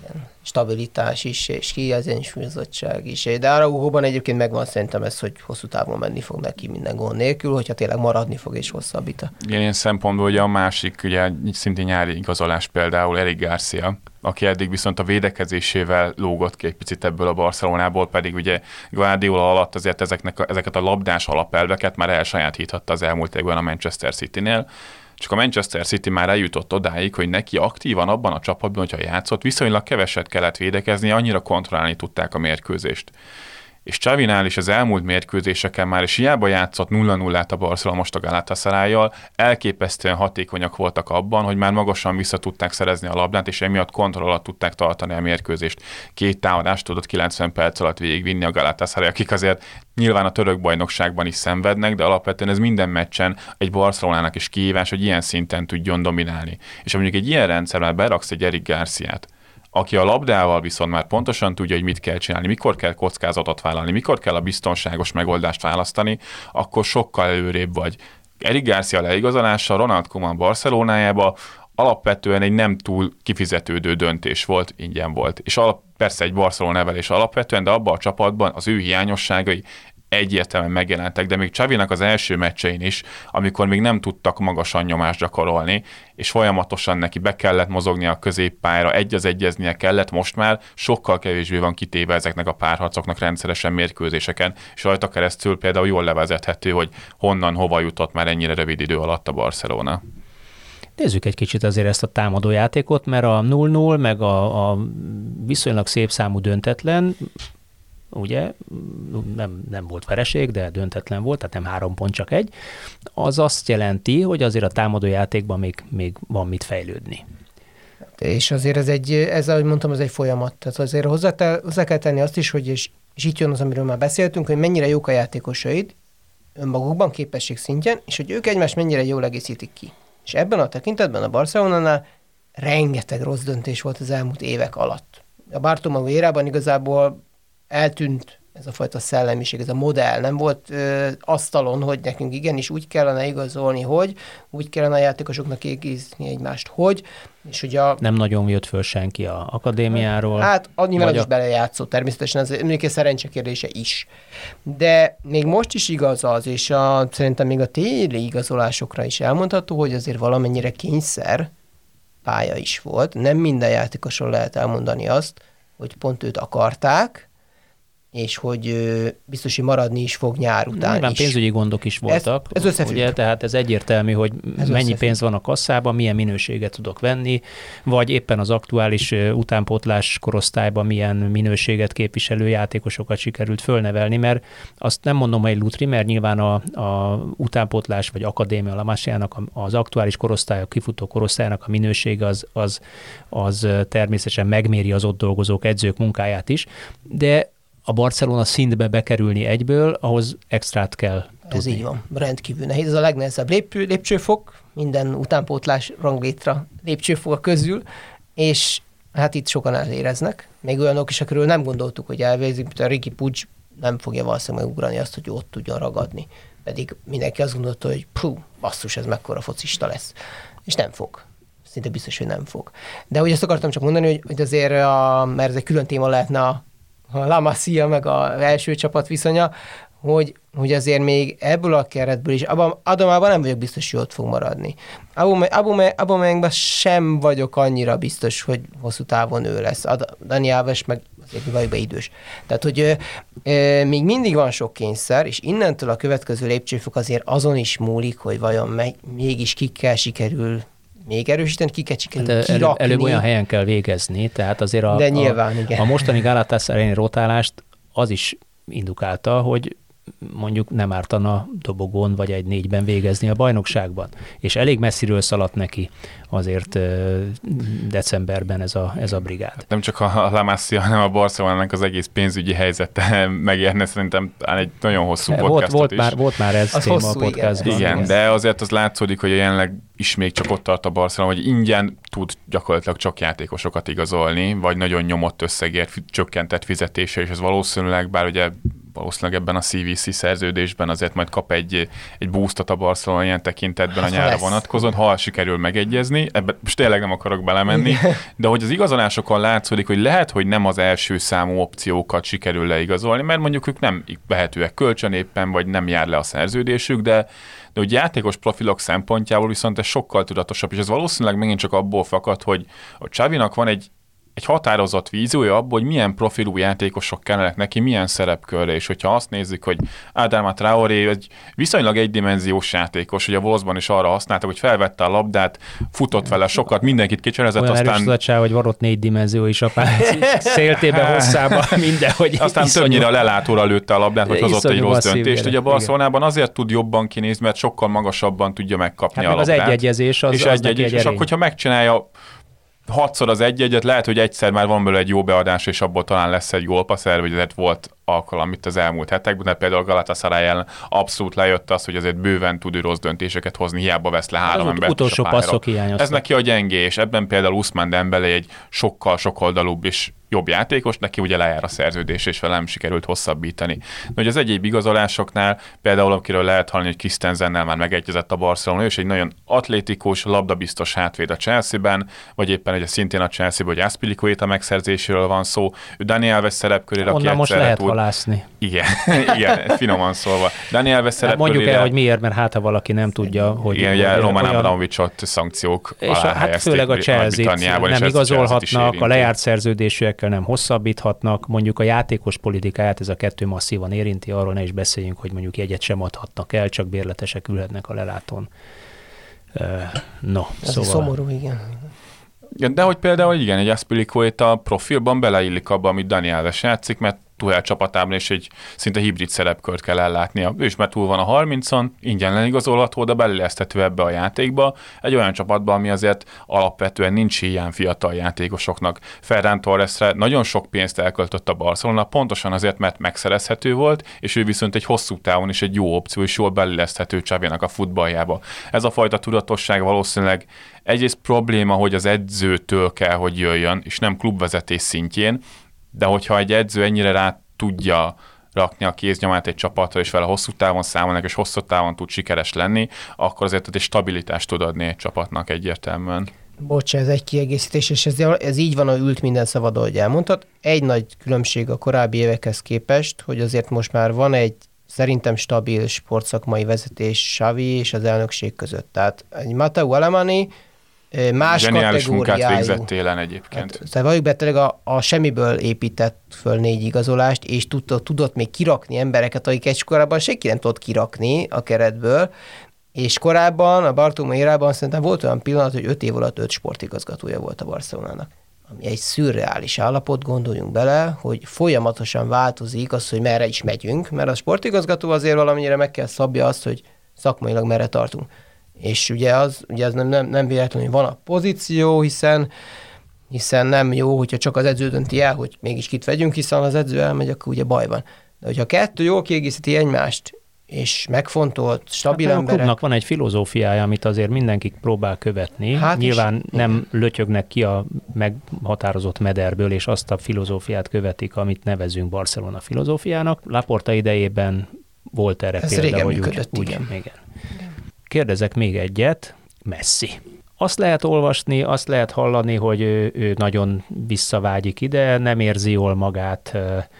stabilitás is, és kiegyensúlyozottság is. De Araújóban egyébként megvan szerintem ez, hogy hosszú távon menni fog neki minden gond nélkül, hogyha tényleg maradni fog és hosszabbít. Igen, ilyen szempontból ugye a másik, ugye szintén nyári igazolás például Eric Garcia, aki eddig viszont a védekezésével lógott ki egy picit ebből a Barcelonából, pedig ugye Guardiola alatt azért ezeknek a, ezeket a labdás alapelveket már elsajátíthatta az elmúlt évben a Manchester Citynél. Csak a Manchester City már eljutott odáig, hogy neki aktívan abban a csapatban, hogyha játszott, viszonylag keveset kellett védekezni, annyira kontrollálni tudták a mérkőzést. És Xavinál is az elmúlt mérkőzéseken már is hiába játszott nulla nullát a Barcelona most a Galatasarayjal, elképesztően hatékonyak voltak abban, hogy már magasan vissza tudták szerezni a labdát, és emiatt kontroll alatt tudták tartani a mérkőzést. Két támadást tudott kilencven perc alatt végigvinni a Galatasaray, akik azért nyilván a török bajnokságban is szenvednek, de alapvetően ez minden meccsen egy Barcelonának is kihívás, hogy ilyen szinten tudjon dominálni. És ha mondjuk egy ilyen rendszerben beraksz egy Eric Garciát, aki a labdával viszont már pontosan tudja, hogy mit kell csinálni, mikor kell kockázatot vállalni, mikor kell a biztonságos megoldást választani, akkor sokkal előrébb vagy. Eric Garcia leigazolása Ronald Koeman Barcelonájába alapvetően egy nem túl kifizetődő döntés volt, ingyen volt. És alap, persze egy Barcelona nevelés alapvetően, de abban a csapatban az ő hiányosságai egyértelműen megjelentek, de még Xavinak az első meccsein is, amikor még nem tudtak magasan nyomást gyakorolni, és folyamatosan neki be kellett mozogni a középpályára, egy az egyeznie kellett, most már sokkal kevésbé van kitéve ezeknek a párharcoknak rendszeresen mérkőzéseken, és rajta keresztül például jól levezethető, hogy honnan, hova jutott már ennyire rövid idő alatt a Barcelona. Nézzük egy kicsit azért ezt a támadó játékot, mert a nulla nulla, meg a, a viszonylag szép számú döntetlen, ugye, nem, nem volt vereség, de döntetlen volt, tehát nem három pont, csak egy, az azt jelenti, hogy azért a támadó játékban még, még van mit fejlődni. És azért ez egy, ez ahogy mondtam, ez egy folyamat. Tehát azért hozzá, hozzá kell tenni azt is, hogy és, és itt jön az, amiről már beszéltünk, hogy mennyire jók a játékosaid önmagukban, képesség szintjén, és hogy ők egymást mennyire jól egészítik ki. És ebben a tekintetben a Barcelonánál rengeteg rossz döntés volt az elmúlt évek alatt. A Bartomeu érában igazából eltűnt ez a fajta szellemiség, ez a modell. Nem volt ö, asztalon, hogy nekünk igenis úgy kellene igazolni, hogy úgy kellene a játékosoknak kiegészíteni egymást, hogy, és hogy a... Nem nagyon jött föl senki a akadémiáról. Hát annyival az a... is belejátszott, természetesen ez még egy szerencse kérdése is. De még most is igaz az, és a, szerintem még a téli igazolásokra is elmondható, hogy azért valamennyire kényszer pálya is volt. Nem minden játékosról lehet elmondani azt, hogy pont őt akarták, és hogy ö, biztos, hogy maradni is fog nyár után Nyilván is. pénzügyi gondok is voltak. Ez, ez összefügg. Ugye, tehát ez egyértelmű, hogy ez mennyi összefügg. Pénz van a kasszában, milyen minőséget tudok venni, vagy éppen az aktuális utánpótlás korosztályban milyen minőséget képviselő játékosokat sikerült fölnevelni, mert azt nem mondom, hogy lutri, mert nyilván a, a utánpótlás vagy akadémia La Masiának az aktuális korosztály, a kifutó korosztálynak a minősége az, az, az természetesen megméri az ott dolgozók, edzők munkáját is, de a Barcelona szintbe bekerülni egyből, ahhoz extrát kell tudni. Ez így van, rendkívül nehéz. Ez a legnehezebb lépcső, lépcsőfok, minden utánpótlás ranglétra lépcsőfok közül, és hát itt sokan eléreznek. Még olyanok is, akiről nem gondoltuk, hogy elvégzik, mint a Riqui Puig nem fogja valószínűleg megugrani azt, hogy ott tudjon ragadni. Pedig mindenki azt gondolta, hogy pú, basszus, ez mekkora focista lesz. És nem fog. Szinte biztos, hogy nem fog. De ugye ezt akartam csak mondani, hogy, hogy azért, a, mert ez egy külön téma lehetne a a La Masia meg az első csapat viszonya, hogy, hogy azért még ebből a keretből is, abban, Adamában nem vagyok biztos, hogy ott fog maradni. Aubameyangban sem vagyok annyira biztos, hogy hosszú távon ő lesz. Ad, Dani Alves meg azért vagy be idős. Tehát, hogy ö, ö, még mindig van sok kényszer, és innentől a következő lépcsőfok azért azon is múlik, hogy vajon meg, mégis kikkel sikerül még erősíteni, kiket sikerül hát kirakni. Előbb, előbb olyan helyen kell végezni, tehát azért a, De nyilván, a, igen. a mostani Galatasaray rotálást az is indukálta, hogy mondjuk nem ártana dobogón vagy egy négyben végezni a bajnokságban. És elég messziről szaladt neki azért decemberben ez a, ez a brigád. Nem csak a La Masia, hanem a Barcelonának az egész pénzügyi helyzete megérne szerintem egy nagyon hosszú volt, podcastot volt is. Már, volt már ez az téma hosszú, a podcastban. Igen, igen, de azért az látszódik, hogy jelenleg is még csak ott tart a Barcelona, hogy ingyen tud gyakorlatilag csak játékosokat igazolni, vagy nagyon nyomott összegért csökkentett fizetése, és ez valószínűleg, bár ugye valószínűleg ebben a cé vé cé szerződésben azért majd kap egy, egy boostot a Barcelona ilyen tekintetben hát, a nyárra vonatkozóan, ha sikerül megegyezni, ebben most tényleg nem akarok belemenni, igen. De hogy az igazolásokon látszódik, hogy lehet, hogy nem az első számú opciókat sikerül leigazolni, mert mondjuk ők nem vehetőek kölcsön éppen, vagy nem jár le a szerződésük, de de hogy játékos profilok szempontjából viszont ez sokkal tudatosabb, és ez valószínűleg megint csak abból fakad, hogy a Xavinak van egy egy határozott víziója abból, hogy milyen profilú játékosok kellenek neki, milyen szerepkörre, és hogyha azt nézzük, hogy Adama Traoré egy viszonylag egydimenziós játékos, hogy a Wolvesban is arra használtak, hogy felvette a labdát, futott vele sokat, mindenkit kicserezett, olyan aztán... Olyan erős hogy van ott négy dimenzió is a széltébe, hosszába, mindenhogy. Aztán iszonyú... többnyire a lelátóra lőtte a labdát, hogy hozott egy rossz döntést. Ugye a Barcelonában azért tud jobban kinézni, mert sokkal magasabban tudja megkapni hát a labdát. Az egyegyezés az, és az egy egy, és akkor, hogyha megcsinálja hatszor az egy-egyet, lehet, hogy egyszer már van belőle egy jó beadás, és abból talán lesz egy gólpasszer, vagy ezért volt alkalom itt az elmúlt hetekben, de például a Galatasaray ellen abszolút lejött az, hogy azért bőven tud ő rossz döntéseket hozni, hiába vesz le három embert. Utolsó passzok hiányoztak. Ez neki a gyengés, ebben például Ousmane Dembélé egy sokkal sokoldalúbb és jobb játékos, neki ugye lejár a szerződés, és vele nem sikerült hosszabbítani. De hogy az egyéb igazolásoknál, például akiről lehet hallani, hogy Christensennel már megegyezett a Barcelona, és egy nagyon atlétikus, labdabiztos hátvéd a Chelsea-ben, vagy éppen egy szintén a Chelsea-ben, hogy Azpilicueta megszerzéséről van szó. Ő Dani Alves szerepkörére, aki most lehet tud... halászni. Igen, igen, finoman szólva. Dani Alves szerepkörére... Mondjuk el, hogy miért, mert hát ha valaki nem tudja, hogy... Igen, ugye Roman olyan... Abramovicsot szankciók és alá hát helyezték, főleg a Chelsea-t nem igazolhatnak, a lejárt szerződésűekkel nem hosszabbíthatnak, mondjuk a játékos politikáját ez a kettő masszívan érinti, arról ne is beszéljünk, hogy mondjuk jegyet sem adhatnak el, csak bérletesek ülhetnek a lelátón. No, ez szóval... szomorú, igen. De hogy például igen, egy Azpilicueta profilban beleillik abba, amit Dani Alves játszik, mert Tuchel csapatában is egy szinte hibrid szerepkört kell ellátnia. Ő is már túl van a harmincon, ingyen lenigazolható, de belilleszthető ebbe a játékba. Egy olyan csapatban, ami azért alapvetően nincs ilyen fiatal játékosoknak. Ferran Torresre nagyon sok pénzt elköltött a Barcelona, pontosan azért, mert megszerezhető volt, és ő viszont egy hosszú távon is egy jó opció, és jól belilleszthető Xavinak a futballjába. Ez a fajta tudatosság valószínűleg egyrészt probléma, hogy az edzőtől kell, hogy jöjjön, és nem klubvezetés szintjén, de hogyha egy edző ennyire rá tudja rakni a kéznyomát egy csapatra, és vele hosszú távon számolnak, és hosszú távon tud sikeres lenni, akkor azért egy stabilitást tud adni egy csapatnak egyértelműen. Bocs, ez egy kiegészítés, és ez, ez így van, hogy ült minden szabad, ahogy elmondtad. Egy nagy különbség a korábbi évekhez képest, hogy azért most már van egy szerintem stabil sportszakmai vezetés Xavi és az elnökség között. Tehát egy Mateu Alemany más zseniális kategóriájú. munkát végzett télen egyébként. Hát, szóval valljuk be, tényleg a, a semmiből épített föl négy igazolást, és tudott, tudott még kirakni embereket, akik egy korábban senki nem tudott kirakni a keretből, és korábban, a Bartomeu érában szerintem volt olyan pillanat, hogy öt év alatt öt sportigazgatója volt a Barcelonának. Ami egy szürreális állapot, gondoljunk bele, hogy folyamatosan változik az, hogy merre is megyünk, mert a sportigazgató azért valamennyire meg kell szabja azt, hogy szakmailag merre tartunk. És ugye az, ugye az nem, nem, nem véletlenül van a pozíció, hiszen, hiszen nem jó, hogyha csak az edző dönti el, hogy mégis kit vegyünk, hiszen az edző elmegy, akkor ugye baj van. De hogyha a kettő jól kiegészíti egymást, és megfontolt, stabil hát emberek... A klubnak van egy filozófiája, amit azért mindenki próbál követni. Hát nyilván is, nem lötyögnek ki a meghatározott mederből, és azt a filozófiát követik, amit nevezünk Barcelona filozófiának. Laporta idejében volt erre ez példa, hogy működött, úgy, igen. Úgy, igen. Kérdezek még egyet, Messi. Azt lehet olvasni, azt lehet hallani, hogy ő, ő nagyon visszavágyik ide, nem érzi jól magát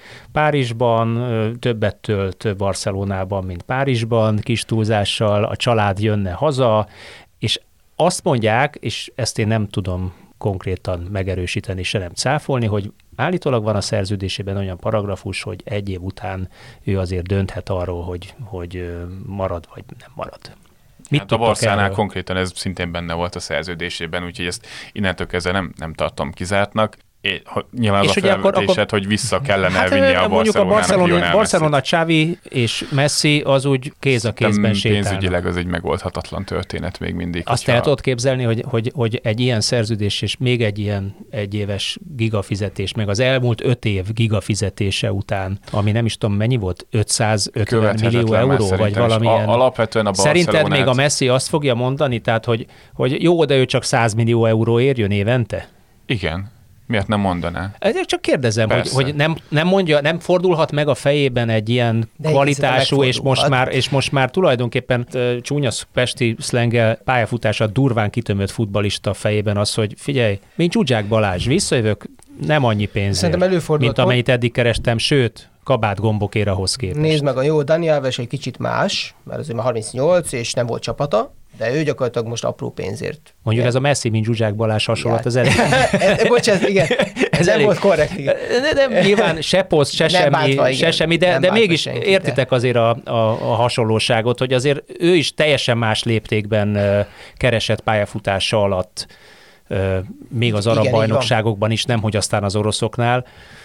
Párizsban, többet tölt Barcelonában, mint Párizsban, kis túlzással, a család jönne haza, és azt mondják, és ezt én nem tudom konkrétan megerősíteni, se nem cáfolni, hogy állítólag van a szerződésében olyan paragrafus, hogy egy év után ő azért dönthet arról, hogy, hogy marad vagy nem marad. Mit hát a Barszánál konkrétan ez szintén benne volt a szerződésében, úgyhogy ezt innentől kezdve nem, nem tartom kizártnak. É, nyilván az és a felvetésed, akkor, hogy vissza kellene hát elvinni a Barcelonának. A Barcelona, Barcelona, Xavi és Messi az úgy kéz a kézben sétálnak. Pénzügyileg az egy megoldhatatlan történet még mindig. Azt hogyha... lehet ott képzelni, hogy, hogy, hogy egy ilyen szerződés és még egy ilyen egyéves gigafizetés, meg az elmúlt öt év gigafizetése után, ami nem is tudom mennyi volt, ötszázötven millió euró, vagy valamilyen. A, alapvetően a Barcelonát... Szerinted még a Messi azt fogja mondani, tehát hogy, hogy jó, de ő csak száz millió euró érjön évente? Igen. Miért nem mondaná? Ezért csak kérdezem, hogy, hogy nem, nem mondja, nem fordulhat meg a fejében egy ilyen de kvalitású, és most, már, és most már tulajdonképpen uh, csúnya pesti szlenggel pályafutása durván kitömött futballista fejében az, hogy figyelj, mint Zsuzsák Balázs, visszajövök, nem annyi pénzért, mint amennyit eddig kerestem, sőt, kabát gombokért ahhoz képest. Nézd meg, a jó Dani Alves egy kicsit más, mert azért már harmincnyolc, és nem volt csapata, de ő gyakorlatilag most apró pénzért. Mondjuk igen. Ez a Messi, mint Zsuzsák Balázs hasonlat, az elég. Bocsánat, igen, ez nem elég. Volt korrekt, igen. De, de nyilván se poszt, se semmi, bátva, se semmi, de, de mégis senki, értitek de. azért a, a, a hasonlóságot, hogy azért ő is teljesen más léptékben uh, keresett pályafutása alatt, uh, még az arab igen, bajnokságokban is, nemhogy aztán az oroszoknál,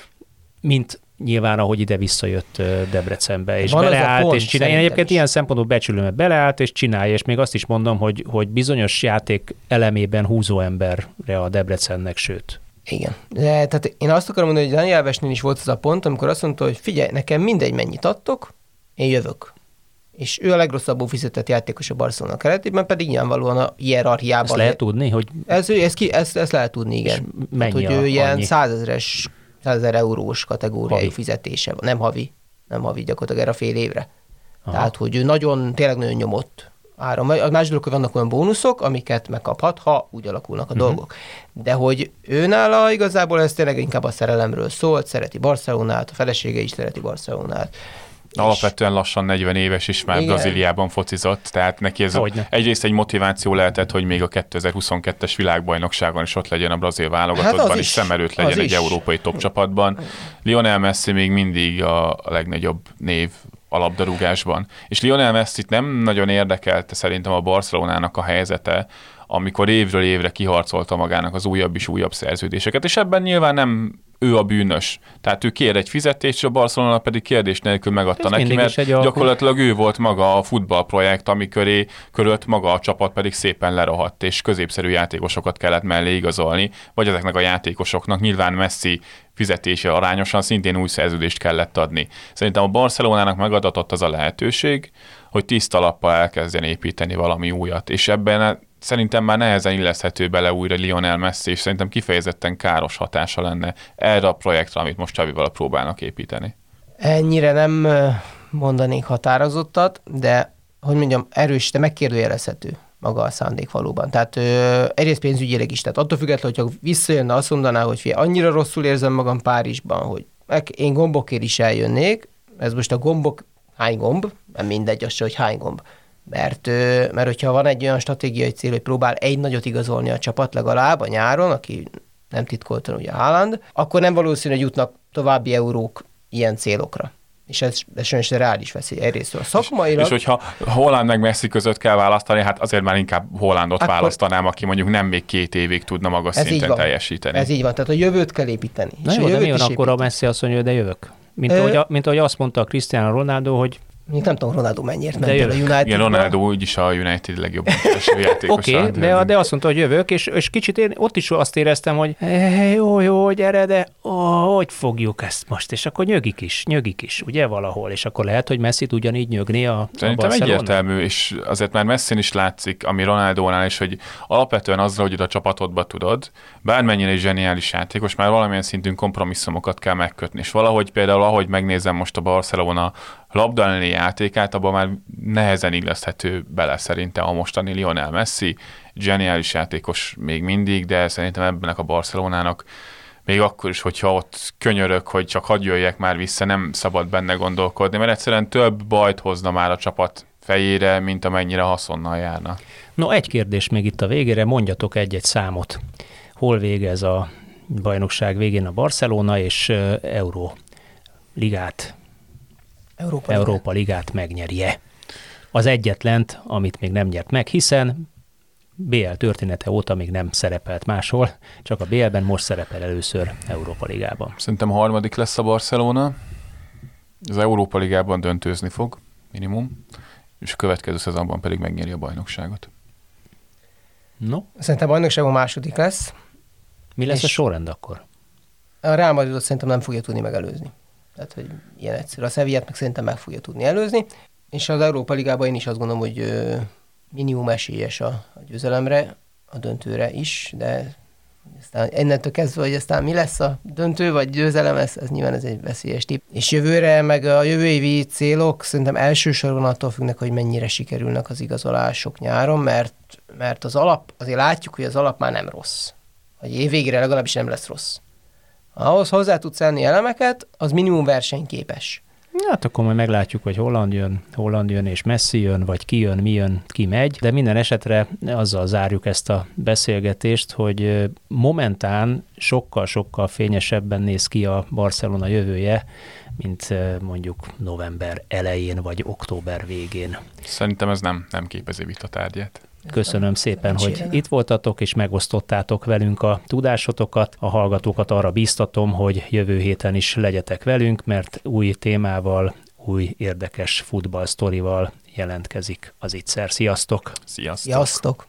mint nyilván, ahogy ide visszajött Debrecenbe, és van beleállt, és csinálja. Én egyébként is. Ilyen szempontból becsülöm, mert beleállt, és csinálja, és még azt is mondom, hogy, hogy bizonyos játék elemében húzó emberre a Debrecennek, sőt. Igen. De, tehát én azt akarom mondani, hogy Dani Alvesnél is volt az a pont, amikor azt mondta, hogy figyelj, nekem mindegy, mennyit adtok, én jövök. És ő a legrosszabbul fizetett játékos a Barcelona keretében, pedig nyilvánvalóan a hierarchiában. Ezt lehet tudni, hogy... Ez, ez, ki, ezt, ezt lehet tudni, igen. Mennyi hát, hogy ő a, ilyen annyi? százezeres százezer eurós kategóriájú fizetése van. Nem havi, nem havi gyakorlatilag erre a fél évre. Aha. Tehát, hogy ő nagyon, tényleg nagyon nyomott áram. A másik dolog, hogy vannak olyan bónuszok, amiket megkaphat, ha úgy alakulnak a uh-huh. dolgok. De hogy ő nála igazából ez tényleg inkább a szerelemről szólt, szereti Barcelonát, a felesége is szereti Barcelonát. Alapvetően lassan negyven éves is már igen. Brazíliában focizott, tehát neki ez Hogyne. egyrészt egy motiváció lehetett, hogy még a kétezer-huszonkettes világbajnokságon is ott legyen a brazil válogatottban, hát és szem előtt legyen egy is. európai top csapatban. Lionel Messi még mindig a legnagyobb név a labdarúgásban. És Lionel Messit nem nagyon érdekelte szerintem a Barcelonának a helyzete, amikor évről évre kiharcolta magának az újabb és újabb szerződéseket, és ebben nyilván nem ő a bűnös. Tehát ő kér egy fizetést, és a Barcelona pedig kérdés nélkül megadta ez neki, mert gyakorlatilag ő volt maga a futballprojekt, ami köré körült maga a csapat pedig szépen lerohadt, és középszerű játékosokat kellett mellé igazolni, vagy ezeknek a játékosoknak nyilván Messi fizetése arányosan szintén új szerződést kellett adni. Szerintem a Barcelonának megadatott az a lehetőség, hogy tiszta lappal elkezdjen építeni valami újat, és ebben szerintem már nehezen illeszthető bele újra Lionel Messi, és szerintem kifejezetten káros hatása lenne erre a projektre, amit most Xavival próbálnak építeni. Ennyire nem mondanék határozottat, de hogy mondjam, erős, de megkérdőjelezhető maga a szándék valóban. Tehát ö, egyrészt pénzügyileg is, tehát attól függetlenül, hogyha visszajönne, azt mondaná, hogy fia, annyira rosszul érzem magam Párizsban, hogy én gombokért is eljönnék, ez most a gombok, hány gomb, nem mindegy, az se, hogy hány gomb. Mert, mert hogyha van egy olyan stratégiai cél, hogy próbál egy nagyot igazolni a csapat legalább a nyáron, aki nem titkoltan ugye Haaland, akkor nem valószínű, hogy jutnak további eurók ilyen célokra. És ez, ez sajnos reális veszély egyrésztről. Szakmailag... És, és hogyha Haaland meg Messi között kell választani, hát azért már inkább Haalandot akkor... választanám, aki mondjuk nem még két évig tudna magas ez szinten teljesíteni. Ez így van, tehát a jövőt kell építeni. Na és jó, de mi van akkor a Messi azt mondja, de jövök? Mint, Ö... ahogy, mint ahogy azt mondta a Cristiano Ronaldo, hogy Még nem tudom, Ronaldo mennyiért ment el a United-ba. Igen, Ronaldo úgyis a United legjobb játékosa. Oké, okay, de, de azt mondta, hogy jövök, és, és kicsit én ott is azt éreztem, hogy hey, jó, jó, gyere, de oh, hogy fogjuk ezt most? És akkor nyögik is, nyögik is, ugye valahol, és akkor lehet, hogy Messit ugyanígy nyögni a, Szerintem a egyértelmű, és azért már Messin is látszik, ami Ronaldónál is, hogy alapvetően azzal, hogy a csapatodba tudod, bármennyire is zseniális játékos, már valamilyen szintűn kompromisszumokat kell megkötni, és valahogy például, ahogy megnézem most a Barcelona labda elleni játékát, abban már nehezen illeszthető bele szerintem a mostani Lionel Messi. Zseniális játékos még mindig, de szerintem ebben a Barcelonának még akkor is, hogyha ott könyörök, hogy csak hadd jöjjek már vissza, nem szabad benne gondolkodni, mert egyszerűen több bajt hozna már a csapat fejére, mint amennyire haszonnal járna. No, egy kérdés még itt a végére, mondjatok egy-egy számot. Hol végez a bajnokság végén a Barcelona, és uh, Euró ligát Európa, Európa Ligát megnyerje. Az egyetlent, amit még nem nyert meg, hiszen bé el története óta még nem szerepelt máshol, csak a bé elben most szerepel először Európa Ligában. Szerintem a harmadik lesz a Barcelona, az Európa Ligában döntőzni fog, minimum, és a következő szezonban pedig megnyeri a bajnokságot. No. Szerintem a bajnokságban második lesz. Mi lesz a sorrend akkor? A Real Madridot szerintem nem fogja tudni megelőzni. Tehát, hogy ilyen egyszerű. A Sevillát meg szerintem meg fogja tudni előzni. És az Európa Ligában én is azt gondolom, hogy minimum esélyes a, a győzelemre, a döntőre is, de Aztán innentől kezdve, hogy aztán mi lesz a döntő, vagy győzelem, ez, ez nyilván ez egy veszélyes tipp. És jövőre, meg a jövő évi célok szerintem elsősorban attól függnek, hogy mennyire sikerülnek az igazolások nyáron, mert, mert az alap, azért látjuk, hogy az alap már nem rossz. Hogy év végére legalábbis nem lesz rossz. Ahhoz hozzá tudsz enni elemeket, az minimum versenyképes. Hát akkor majd meglátjuk, hogy Holland jön, Holland jön és Messi jön, vagy ki jön, mi jön, ki megy. De minden esetre azzal zárjuk ezt a beszélgetést, hogy momentán sokkal-sokkal fényesebben néz ki a Barcelona jövője, mint mondjuk november elején, vagy október végén. Szerintem ez nem, nem képezi vitatárgyát. Köszönöm szépen, hogy itt voltatok, és megosztottátok velünk a tudásotokat. A hallgatókat arra bíztatom, hogy jövő héten is legyetek velünk, mert új témával, új érdekes futballsztorival jelentkezik az Ittszer. Sziasztok! Sziasztok! Sziasztok!